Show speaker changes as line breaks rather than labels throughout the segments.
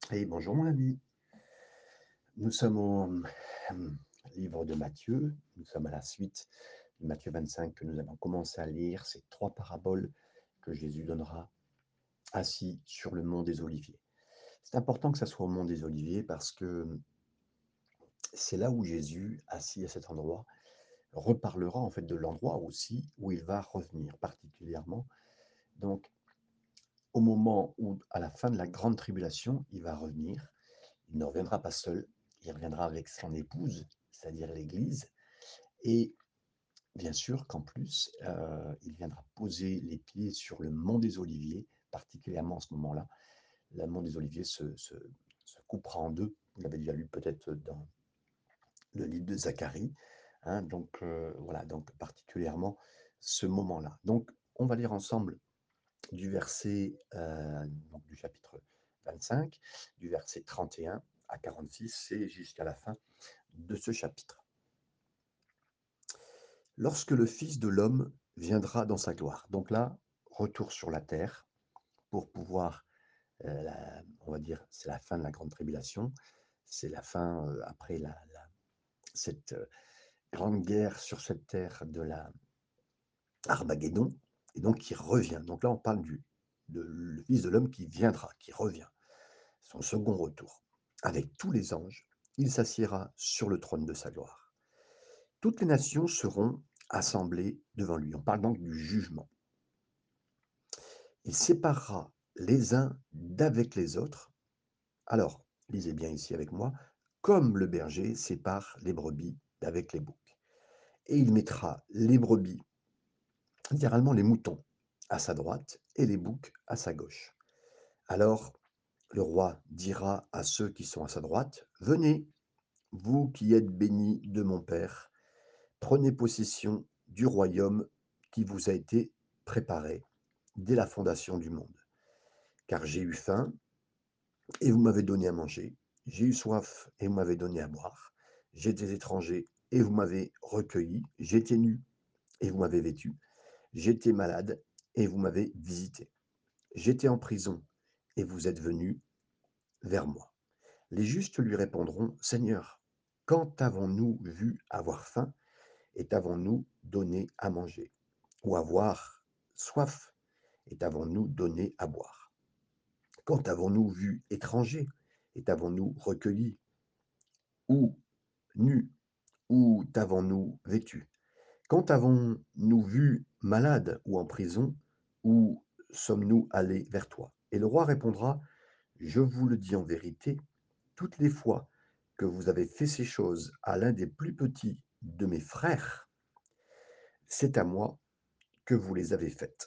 Et bonjour mon ami, nous sommes au livre de Matthieu, nous sommes à la suite de Matthieu 25 que nous avons commencé à lire, ces trois paraboles que Jésus donnera assis sur le mont des Oliviers. C'est important que ça soit au mont des Oliviers parce que c'est là où Jésus, assis à cet endroit, reparlera en fait de l'endroit aussi où il va revenir particulièrement. Donc au moment où, à la fin de la grande tribulation, il va revenir, il ne reviendra pas seul, il reviendra avec son épouse, c'est-à-dire l'Église. Et bien sûr qu'en plus, il viendra poser les pieds sur le mont des Oliviers, particulièrement en ce moment-là. Le mont des Oliviers se coupera en deux. Vous l'avez déjà lu peut-être dans le livre de Zacharie, hein, donc voilà, donc particulièrement ce moment-là. Donc on va lire ensemble du verset, donc du chapitre 25, du verset 31 à 46, et jusqu'à la fin de ce chapitre. Lorsque le Fils de l'homme viendra dans sa gloire. Donc là, retour sur la terre pour pouvoir, on va dire, c'est la fin de la grande tribulation, c'est la fin, après cette grande guerre sur cette terre de la Armageddon, et donc il revient. Donc là, on parle le Fils de l'homme qui viendra, qui revient, son second retour. Avec tous les anges, il s'assiera sur le trône de sa gloire. Toutes les nations seront assemblées devant lui. On parle donc du jugement. Il séparera les uns d'avec les autres. Alors, lisez bien ici avec moi, comme le berger sépare les brebis d'avec les boucs. Et il mettra les brebis, littéralement les moutons, à sa droite et les boucs à sa gauche. Alors, le roi dira à ceux qui sont à sa droite, venez, vous qui êtes bénis de mon Père, prenez possession du royaume qui vous a été préparé dès la fondation du monde. Car j'ai eu faim et vous m'avez donné à manger, j'ai eu soif et vous m'avez donné à boire, j'étais étranger et vous m'avez recueilli, j'étais nu et vous m'avez vêtu, j'étais malade et vous m'avez visité, j'étais en prison et vous êtes venu vers moi. Les justes lui répondront, Seigneur, quand avons-nous vu avoir faim et t'avons-nous donné à manger, ou avoir soif et t'avons-nous donné à boire? Quand avons-nous vu étranger et t'avons-nous recueilli, ou nu, ou t'avons-nous vêtu? Quand avons-nous vu malade ou en prison, où sommes-nous allés vers toi? Et le roi répondra, je vous le dis en vérité, toutes les fois que vous avez fait ces choses à l'un des plus petits de mes frères, c'est à moi que vous les avez faites.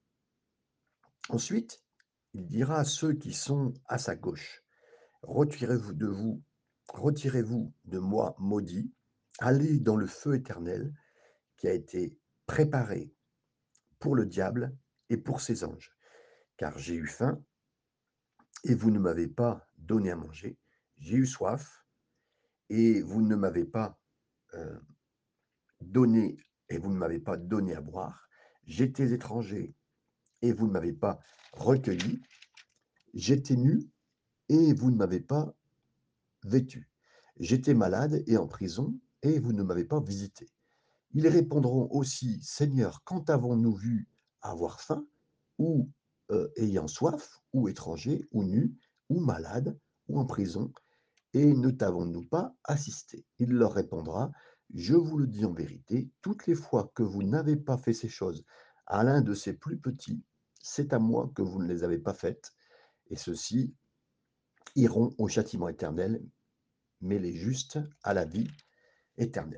Ensuite, il dira à ceux qui sont à sa gauche, retirez-vous retirez-vous de moi, maudit, allez dans le feu éternel qui a été préparé pour le diable et pour ses anges. Car j'ai eu faim et vous ne m'avez pas donné à manger, j'ai eu soif et vous ne m'avez pas euh, donné et vous ne m'avez pas donné à boire, j'étais étranger et vous ne m'avez pas recueilli, j'étais nu et vous ne m'avez pas vêtu, j'étais malade et en prison et vous ne m'avez pas visité. Ils répondront aussi, Seigneur, quand avons-nous vu avoir faim, ou ayant soif, ou étranger, ou nu, ou malade, ou en prison, et ne t'avons-nous pas assisté? Il leur répondra, je vous le dis en vérité, toutes les fois que vous n'avez pas fait ces choses à l'un de ces plus petits, c'est à moi que vous ne les avez pas faites, et ceux-ci iront au châtiment éternel, mais les justes à la vie éternelle.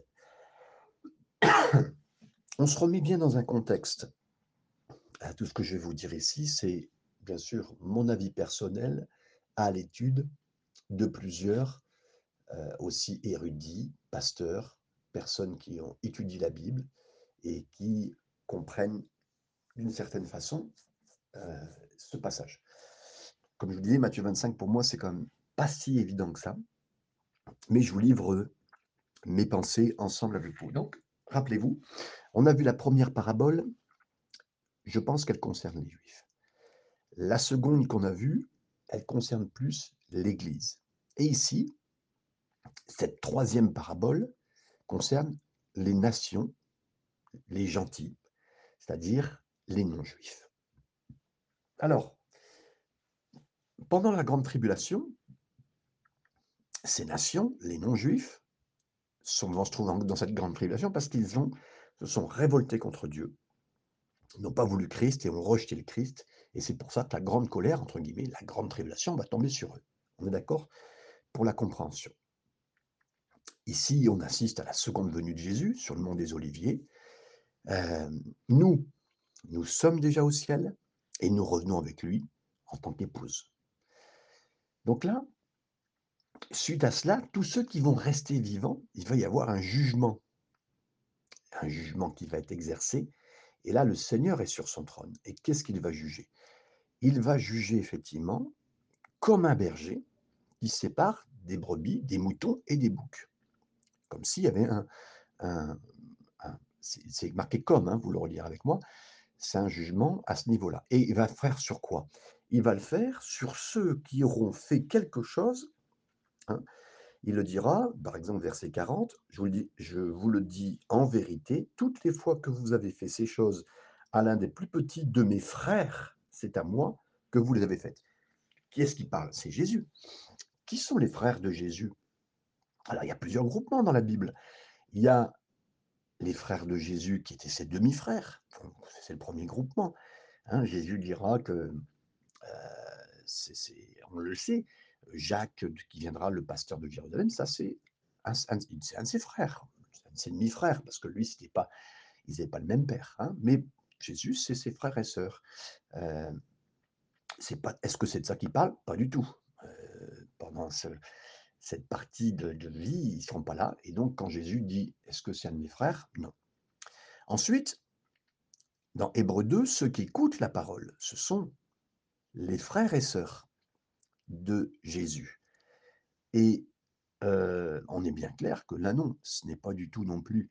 On se remet bien dans un contexte. Tout ce que je vais vous dire ici, c'est bien sûr mon avis personnel à l'étude de plusieurs aussi érudits, pasteurs, personnes qui ont étudié la Bible et qui comprennent d'une certaine façon euh, ce passage. Comme je vous disais, Matthieu 25, pour moi, c'est quand même pas si évident que ça, mais je vous livre mes pensées ensemble avec vous. Donc, rappelez-vous, on a vu la première parabole, je pense qu'elle concerne les Juifs. La seconde qu'on a vue, elle concerne plus l'Église. Et ici, cette troisième parabole concerne les nations, les gentils, c'est-à-dire les non-juifs. Alors, pendant la grande tribulation, ces nations, les non-juifs, vont se trouver dans cette grande tribulation parce se sont révoltés contre Dieu, n'ont pas voulu Christ et ont rejeté le Christ. Et c'est pour ça que la grande colère, entre guillemets, la grande tribulation va tomber sur eux. On est d'accord pour la compréhension. Ici, on assiste à la seconde venue de Jésus sur le mont des Oliviers. Euh, nous, nous sommes déjà au ciel et nous revenons avec lui en tant qu'épouse. Donc là, suite à cela, tous ceux qui vont rester vivants, il va y avoir un jugement qui va être exercé. Et là, le Seigneur est sur son trône. Et qu'est-ce qu'il va juger? Il va juger effectivement comme un berger qui sépare des brebis, des moutons et des boucs. Comme s'il y avait un c'est marqué comme, hein, vous le relirez avec moi, c'est un jugement à ce niveau-là. Et il va faire sur quoi? Il va le faire sur ceux qui auront fait quelque chose, hein. Il le dira, par exemple, verset 40, je vous le dis en vérité, toutes les fois que vous avez fait ces choses à l'un des plus petits de mes frères, c'est à moi que vous les avez faites. Qui est-ce qui parle? C'est Jésus. Qui sont les frères de Jésus? Alors, il y a plusieurs groupements dans la Bible. Il y a les frères de Jésus qui étaient ses demi-frères. Bon, c'est le premier groupement, hein. Jésus dira que, on le sait, Jacques, qui viendra, le pasteur de Jérusalem, ça c'est c'est un de ses frères, c'est un de ses demi-frères, parce que lui, ils n'avaient pas le même père, hein. Mais Jésus, c'est ses frères et sœurs. Euh, est-ce que c'est de ça qu'il parle? Pas du tout. Pendant cette partie de vie, ils ne seront pas là. Et donc, quand Jésus dit, est-ce que c'est un de mes frères? Non. Ensuite, dans Hébreux 2, ceux qui écoutent la parole, ce sont les frères et sœurs de Jésus. Et on est bien clair que là, non, ce n'est pas du tout non plus,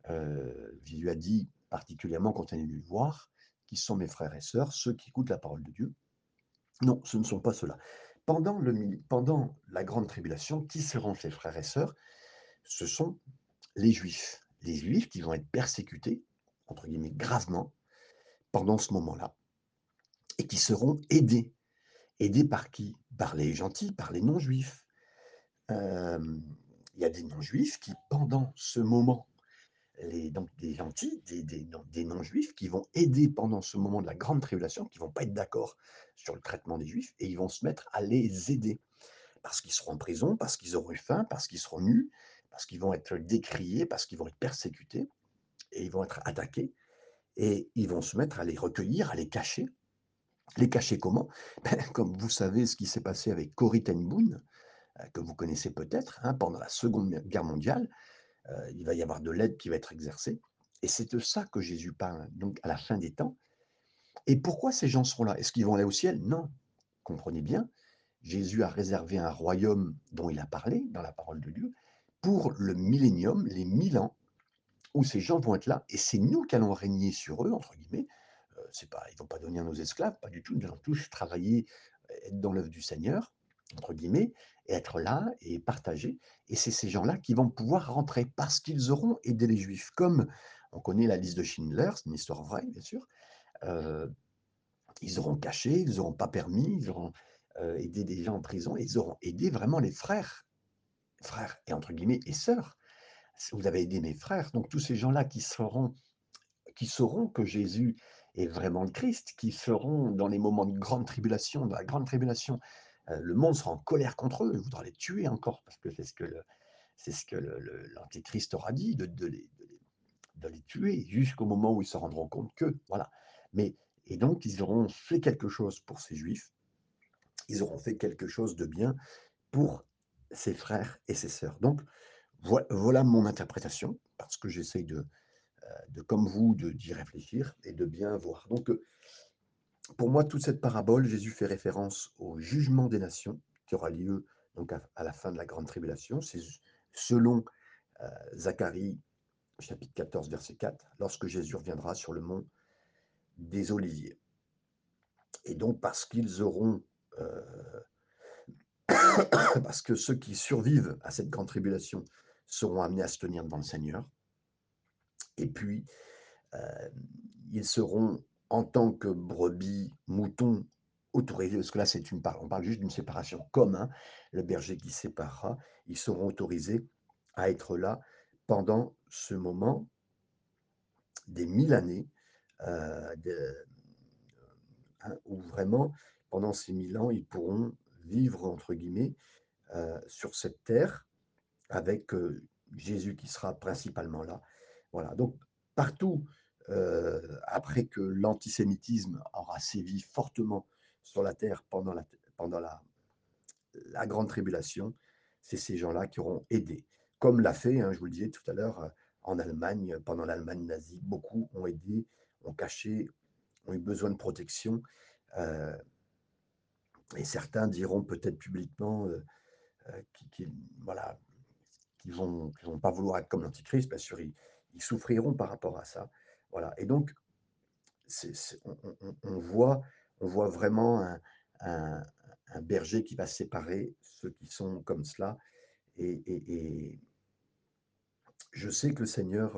Jésus a dit particulièrement quand on est venu le voir, qui sont mes frères et sœurs, ceux qui écoutent la parole de Dieu. Non, ce ne sont pas ceux-là. Pendant la grande tribulation, qui seront ces frères et sœurs? Ce sont les Juifs. Les Juifs qui vont être persécutés, entre guillemets, gravement, pendant ce moment-là, et qui seront aidés. Aidés par qui? Par les gentils, par les non-juifs. Il y a des non-juifs qui, pendant ce moment, donc des gentils, des non-juifs, qui vont aider pendant ce moment de la grande tribulation, qui ne vont pas être d'accord sur le traitement des juifs, et ils vont se mettre à les aider. Parce qu'ils seront en prison, parce qu'ils auront eu faim, parce qu'ils seront nus, parce qu'ils vont être décriés, parce qu'ils vont être persécutés, et ils vont être attaqués, et ils vont se mettre à les recueillir, à les cacher. Les cacher comment? Comme vous savez ce qui s'est passé avec Corrie ten Boom, que vous connaissez peut-être, hein, pendant la Seconde Guerre mondiale, il va y avoir de l'aide qui va être exercée. Et c'est de ça que Jésus parle, donc à la fin des temps. Et pourquoi ces gens seront là? Est-ce qu'ils vont aller au ciel? Non. Comprenez bien, Jésus a réservé un royaume dont il a parlé dans la parole de Dieu pour le millénium, les 1000 ans, où ces gens vont être là. Et c'est nous qui allons régner sur eux, entre guillemets. C'est pas, ils ne vont pas devenir nos esclaves, pas du tout. Nous allons tous travailler, être dans l'œuvre du Seigneur, entre guillemets, et être là et partager. Et c'est ces gens-là qui vont pouvoir rentrer parce qu'ils auront aidé les Juifs. Comme on connaît la liste de Schindler, c'est une histoire vraie, bien sûr. Euh, Ils auront caché, ils n'auront pas permis, ils auront aidé des gens en prison, et ils auront aidé vraiment les frères et entre guillemets, et sœurs. Vous avez aidé mes frères. Donc tous ces gens-là qui sauront que Jésus est vraiment le Christ, qui seront dans les moments de grande tribulation, dans la grande tribulation, le monde sera en colère contre eux, il voudra les tuer encore, parce que c'est ce que l'Antéchrist aura dit, de les tuer jusqu'au moment où ils se rendront compte que, voilà. Mais, et donc, ils auront fait quelque chose pour ces Juifs, ils auront fait quelque chose de bien pour ses frères et ses sœurs. Donc, voilà mon interprétation, parce que j'essaye comme vous, d'y réfléchir et de bien voir. Donc, pour moi, toute cette parabole, Jésus fait référence au jugement des nations qui aura lieu donc à la fin de la grande tribulation. C'est selon Zacharie, chapitre 14, verset 4, lorsque Jésus reviendra sur le mont des Oliviers. Et donc, parce qu'ils auront parce que ceux qui survivent à cette grande tribulation seront amenés à se tenir devant le Seigneur et puis, hem, ils seront en tant que brebis, moutons autorisés parce que là, c'est une part on parle juste d'une séparation comme, hein, le berger qui séparera. Ils seront autorisés à être là pendant ce moment des 1000 années, de hein, où vraiment pendant ces 1000 ans, ils pourront «vivre» entre guillemets, sur cette terre avec, Jésus qui sera principalement là. Voilà, donc partout, après que l'antisémitisme aura sévi fortement sur la terre pendant la grande tribulation, c'est ces gens-là qui auront aidé. Comme l'a fait, hein, je vous le disais tout à l'heure, en Allemagne, pendant l'Allemagne nazie, beaucoup ont aidé, ont caché, ont eu besoin de protection, heu et certains diront peut-être publiquement, qu'ils voilà, qu'ils vont pas vouloir être comme l'antichrist, bien sûr, ils souffriront par rapport à ça. Voilà et donc c'est on voit vraiment un un berger qui va séparer ceux qui sont comme cela et je sais que le Seigneur,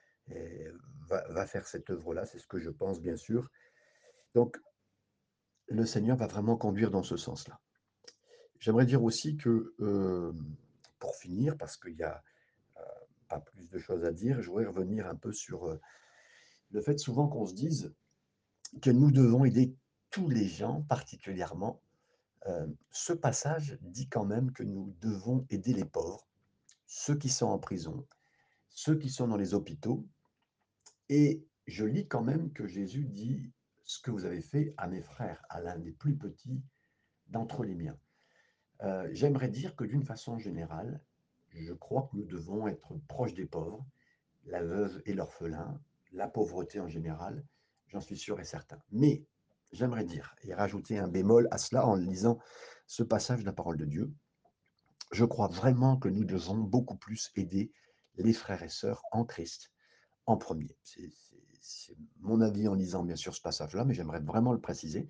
va faire cette œuvre-là, c'est ce que je pense bien sûr. Donc le Seigneur va vraiment conduire dans ce sens-là. J'aimerais dire aussi que, pour finir, parce qu'il y a, pas plus de choses à dire, je voudrais revenir un peu sur, le fait souvent qu'on se dise que nous devons aider tous les gens, particulièrement, ce passage dit quand même que nous devons aider les pauvres, ceux qui sont en prison, ceux qui sont dans les hôpitaux et je lis quand même que Jésus dit: «Ce que vous avez fait à mes frères, à l'un des plus petits d'entre les miens». J'aimerais dire que d'une façon générale, je crois que nous devons être proches des pauvres, la veuve et l'orphelin, la pauvreté en général, j'en suis sûr et certain. Mais j'aimerais dire et rajouter un bémol à cela en lisant ce passage de la parole de Dieu. Je crois vraiment que nous devons beaucoup plus aider les frères et sœurs en Christ en premier. C'est mon avis en lisant bien sûr ce passage-là, mais j'aimerais vraiment le préciser.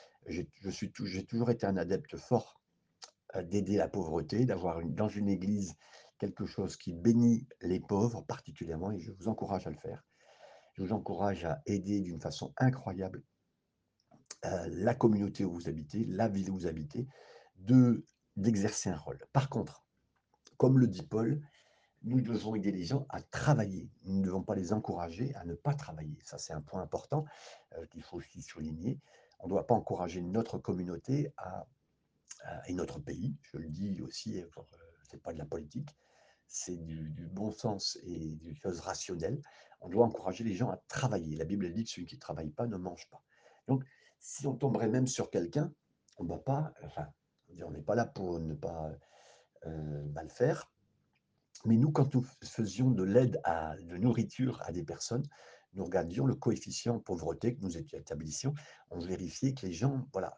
J'ai toujours été un adepte fort d'aider la pauvreté, d'avoir dans une église quelque chose qui bénit les pauvres particulièrement et je vous encourage à le faire. Je vous encourage à aider d'une façon incroyable, la communauté où vous habitez, la ville où vous habitez, de d'exercer un rôle. Par contre, comme le dit Paul, nous devons aider les gens à travailler. Nous ne devons pas les encourager à ne pas travailler. Ça, c'est un point important, qu'il faut aussi souligner. On ne doit pas encourager notre communauté et notre pays, je le dis aussi, pour, c'est pas de la politique, c'est du bon sens et des choses rationnelles. On doit encourager les gens à travailler. La Bible elle dit que celui qui ne travaille pas ne mange pas. Donc, si on tomberait même sur quelqu'un, on ne va pas, enfin, on n'est pas là pour ne pas mal faire. Mais nous, quand nous faisions de l'aide de nourriture à des personnes, nous regardions le coefficient pauvreté que nous établissions. On vérifiait que les gens, voilà,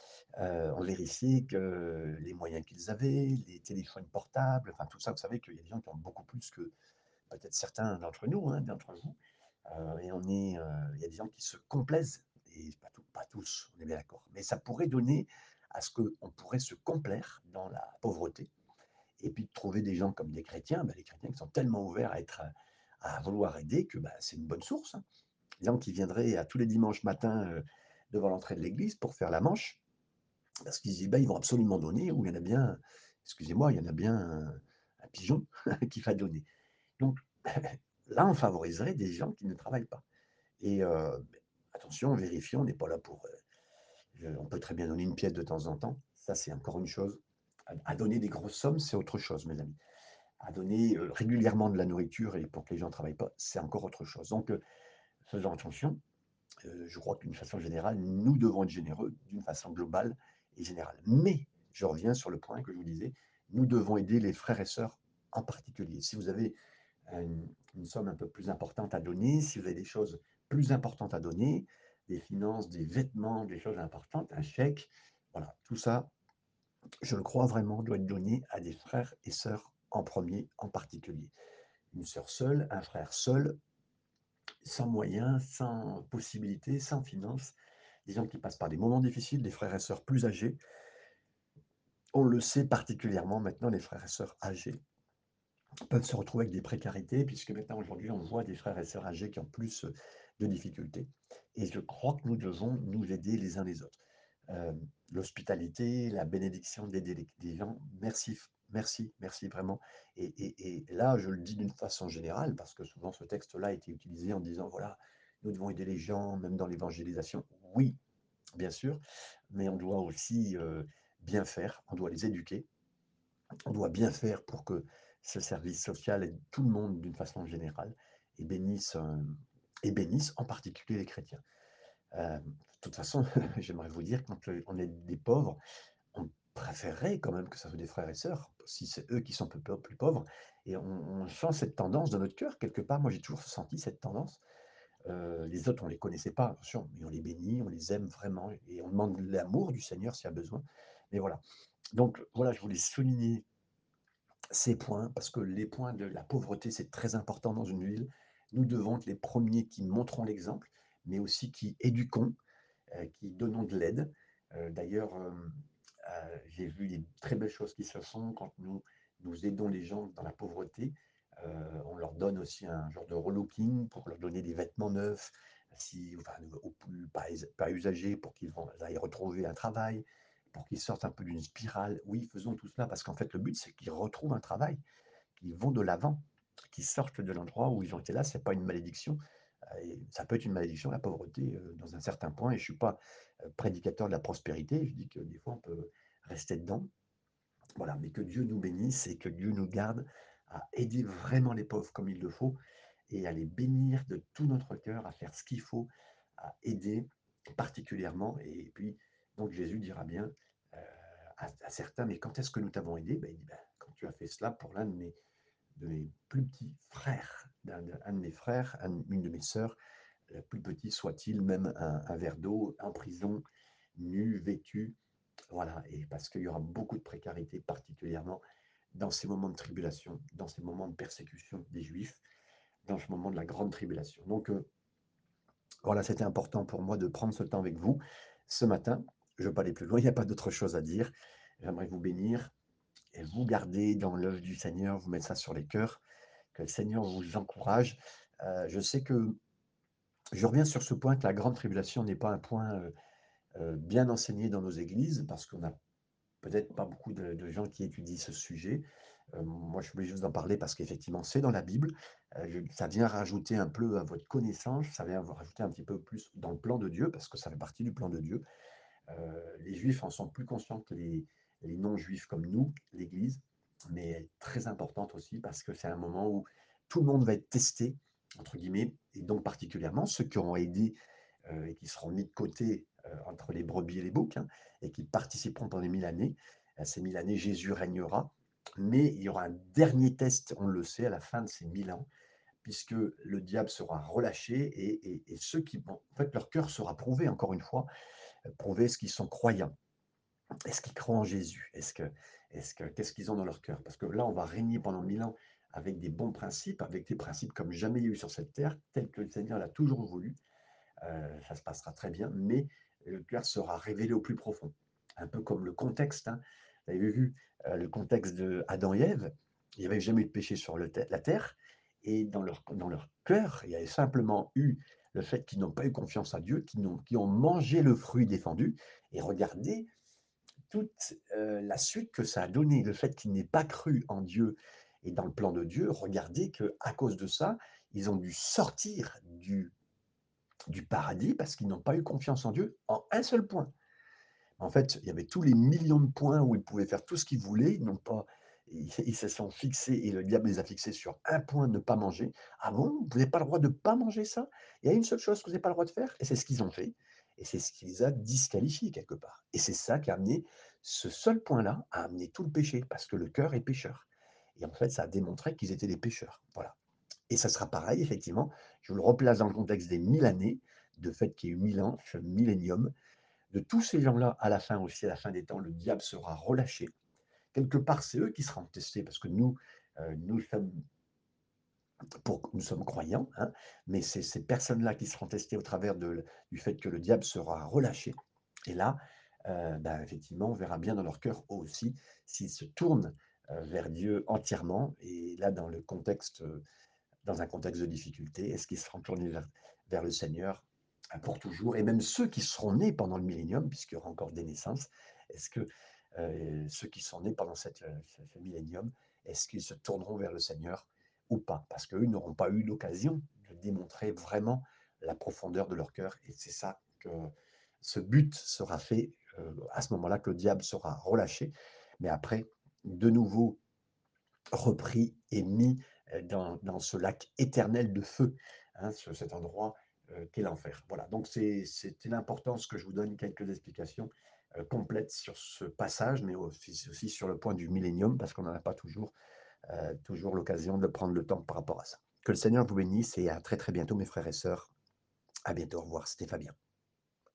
on vérifiait que les moyens qu'ils avaient, les téléphones portables, enfin tout ça, vous savez qu'il y a des gens qui ont beaucoup plus que peut-être certains d'entre nous, hein, d'entre vous, et il y a des gens qui se complaisent et pas tous, on est bien d'accord. Mais ça pourrait donner à ce qu'on pourrait se complaire dans la pauvreté et puis de trouver des gens comme des chrétiens, bah, les chrétiens qui sont tellement ouverts à vouloir aider que, bah, c'est une bonne source, hein. Des gens qui viendraient à tous les dimanches matins, devant l'entrée de l'église pour faire la manche parce qu'ils se disent: «Bah, ils vont absolument donner» ou il y en a bien, excusez-moi, il y en a bien un pigeon qui va donner. Donc là, on favoriserait des gens qui ne travaillent pas et attention, vérifions, on n'est pas là pour, on peut très bien donner une pièce de temps en temps, ça c'est encore une chose. À donner des grosses sommes, c'est autre chose, mes amis. À donner, régulièrement de la nourriture et pour que les gens ne travaillent pas, c'est encore autre chose. Donc faisons attention. Je crois qu'une façon générale, nous devons être généreux d'une façon globale et générale. Mais, je reviens sur le point que je vous disais, nous devons aider les frères et sœurs en particulier. Si vous avez une somme un peu plus importante à donner, si vous avez des choses plus importantes à donner, des finances, des vêtements, des choses importantes, un chèque, voilà, tout ça, je le crois vraiment, doit être donné à des frères et sœurs en premier, en particulier. Une sœur seule, un frère seul, sans moyens, sans possibilités, sans finances, des gens qui passent par des moments difficiles, des frères et sœurs plus âgés, On le sait particulièrement maintenant, les frères et sœurs âgés peuvent se retrouver avec des précarités, puisque maintenant, aujourd'hui, on voit des frères et sœurs âgés qui ont plus de difficultés. Et je crois que nous devons nous aider les uns les autres. L'hospitalité, la bénédiction d'aider les gens, merci, merci, merci vraiment. Et là, je le dis d'une façon générale, parce que souvent ce texte-là a été utilisé en disant, voilà, nous devons aider les gens, même dans l'évangélisation. Oui, bien sûr, mais on doit aussi bien faire, on doit les éduquer, on doit bien faire pour que ce service social aide tout le monde d'une façon générale et bénisse en particulier les chrétiens. De toute façon, j'aimerais vous dire, quand on est des pauvres, on préférerait quand même que ça soit des frères et sœurs, si c'est eux qui sont plus pauvres. Et on sent cette tendance dans notre cœur, quelque part. Moi, j'ai toujours senti cette tendance. Les autres, on ne les connaissait pas, attention, mais on les bénit, on les aime vraiment, et on demande l'amour du Seigneur s'il y a besoin. Mais voilà. Donc, voilà, je voulais souligner ces points, parce que les points de la pauvreté, c'est très important dans une ville. Nous devons être les premiers qui montrons l'exemple, mais aussi qui éduquons, qui donnons de l'aide. D'ailleurs, j'ai vu des très belles choses qui se font quand nous aidons les gens dans la pauvreté. On leur donne aussi un genre de relooking pour leur donner des vêtements neufs, si, enfin, au plus pas usagés, pour qu'ils aillent retrouver un travail, pour qu'ils sortent un peu d'une spirale. Oui, faisons tout cela parce qu'en fait, le but, c'est qu'ils retrouvent un travail, qu'ils vont de l'avant, qu'ils sortent de l'endroit où ils ont été là. C'est pas une malédiction. Et ça peut être une malédiction, la pauvreté, dans un certain point. Et je suis pas prédicateur de la prospérité. Je dis que des fois, on peut rester dedans. Voilà, mais que Dieu nous bénisse et que Dieu nous garde à aider vraiment les pauvres comme il le faut et à les bénir de tout notre cœur, à faire ce qu'il faut, à aider particulièrement. Et puis, donc Jésus dira bien à certains, mais quand est-ce que nous t'avons aidé? Ben, il dit, ben, quand tu as fait cela pour l'un de mes plus petits frères, un de mes frères, une de mes sœurs, plus petit soit-il, même un verre d'eau, en prison, nu, vêtu, voilà, et parce qu'il y aura beaucoup de précarité, particulièrement dans ces moments de tribulation, dans ces moments de persécution des Juifs, dans ce moment de la grande tribulation. Donc voilà, c'était important pour moi de prendre ce temps avec vous ce matin. Je ne veux pas aller plus loin, il n'y a pas d'autre chose à dire. J'aimerais vous bénir et vous garder dans l'œuvre du Seigneur, vous mettre ça sur les cœurs, que le Seigneur vous encourage. Je sais que je reviens sur ce point que la grande tribulation n'est pas un point bien enseigné dans nos églises, parce qu'on n'a peut-être pas beaucoup de gens qui étudient ce sujet. Moi, je voulais juste en parler parce qu'effectivement, c'est dans la Bible. Ça vient rajouter un peu à votre connaissance, ça vient vous rajouter un petit peu plus dans le plan de Dieu, parce que ça fait partie du plan de Dieu. Les Juifs en sont plus conscients que les non-Juifs comme nous, l'Église, mais elle est très importante aussi parce que c'est un moment où tout le monde va être testé, entre guillemets, et donc particulièrement ceux qui auront aidé et qui seront mis de côté entre les brebis et les boucs, hein, et qui participeront pendant les 1000 années. Ces 1000 années, Jésus régnera, mais il y aura un dernier test, on le sait, à la fin de ces 1000 ans, puisque le diable sera relâché et ceux qui, bon, en fait, leur cœur sera prouvé, encore une fois, prouver est-ce qu'ils sont croyants, est-ce qu'ils croient en Jésus, qu'est-ce qu'ils ont dans leur cœur, parce que là, on va régner pendant 1000 ans avec des bons principes, avec des principes comme jamais il y a eu sur cette terre, tels que le Seigneur l'a toujours voulu. Ça se passera très bien, mais le cœur sera révélé au plus profond. Un peu comme le contexte, hein. Vous avez vu le contexte de Adam et Ève, il n'y avait jamais eu de péché sur la terre, et dans leur cœur, il y avait simplement eu le fait qu'ils n'ont pas eu confiance à Dieu, qui ont mangé le fruit défendu, et regardez toute la suite que ça a donné, le fait qu'ils n'aient pas cru en Dieu et dans le plan de Dieu, regardez qu'à cause de ça, ils ont dû sortir du paradis parce qu'ils n'ont pas eu confiance en Dieu en un seul point. En fait, il y avait tous les millions de points où ils pouvaient faire tout ce qu'ils voulaient. Ils se sont fixés et le diable les a fixés sur un point, ne pas manger. Ah bon, vous n'avez pas le droit de ne pas manger ça? Il y a une seule chose que vous n'avez pas le droit de faire, et c'est ce qu'ils ont fait. Et c'est ce qui les a disqualifiés quelque part. Et c'est ça qui a amené, ce seul point-là, a amené tout le péché, parce que le cœur est pécheur. Et en fait, ça a démontré qu'ils étaient des pécheurs. Voilà. Et ça sera pareil, effectivement. Je vous le replace dans le contexte des 1000 années, de fait qu'il y a eu 1000 ans, ce millénium. De tous ces gens-là, à la fin aussi, à la fin des temps, le diable sera relâché. Quelque part, c'est eux qui seront testés, parce que nous sommes croyants, hein, mais c'est ces personnes-là qui seront testées au travers du fait que le diable sera relâché. Et là, effectivement, on verra bien dans leur cœur aussi s'ils se tournent, vers Dieu entièrement et là dans un contexte de difficulté, est-ce qu'ils seront tournés vers le Seigneur, pour toujours? Et même ceux qui seront nés pendant le millénium, puisqu'il y aura encore des naissances, est-ce que, ceux qui sont nés pendant ce millénium, est-ce qu'ils se tourneront vers le Seigneur ou pas? Parce qu'eux n'auront pas eu l'occasion de démontrer vraiment la profondeur de leur cœur et c'est ça que ce but sera fait, à ce moment-là que le diable sera relâché. Mais après, de nouveau repris et mis, dans ce lac éternel de feu, hein, cet endroit, qu'est l'enfer. Voilà, donc c'était l'importance que je vous donne quelques explications, complètes sur ce passage, mais aussi sur le point du millénium, parce qu'on n'en a pas toujours l'occasion de prendre le temps par rapport à ça. Que le Seigneur vous bénisse et à très, très bientôt mes frères et sœurs. À bientôt, au revoir, c'était Fabien.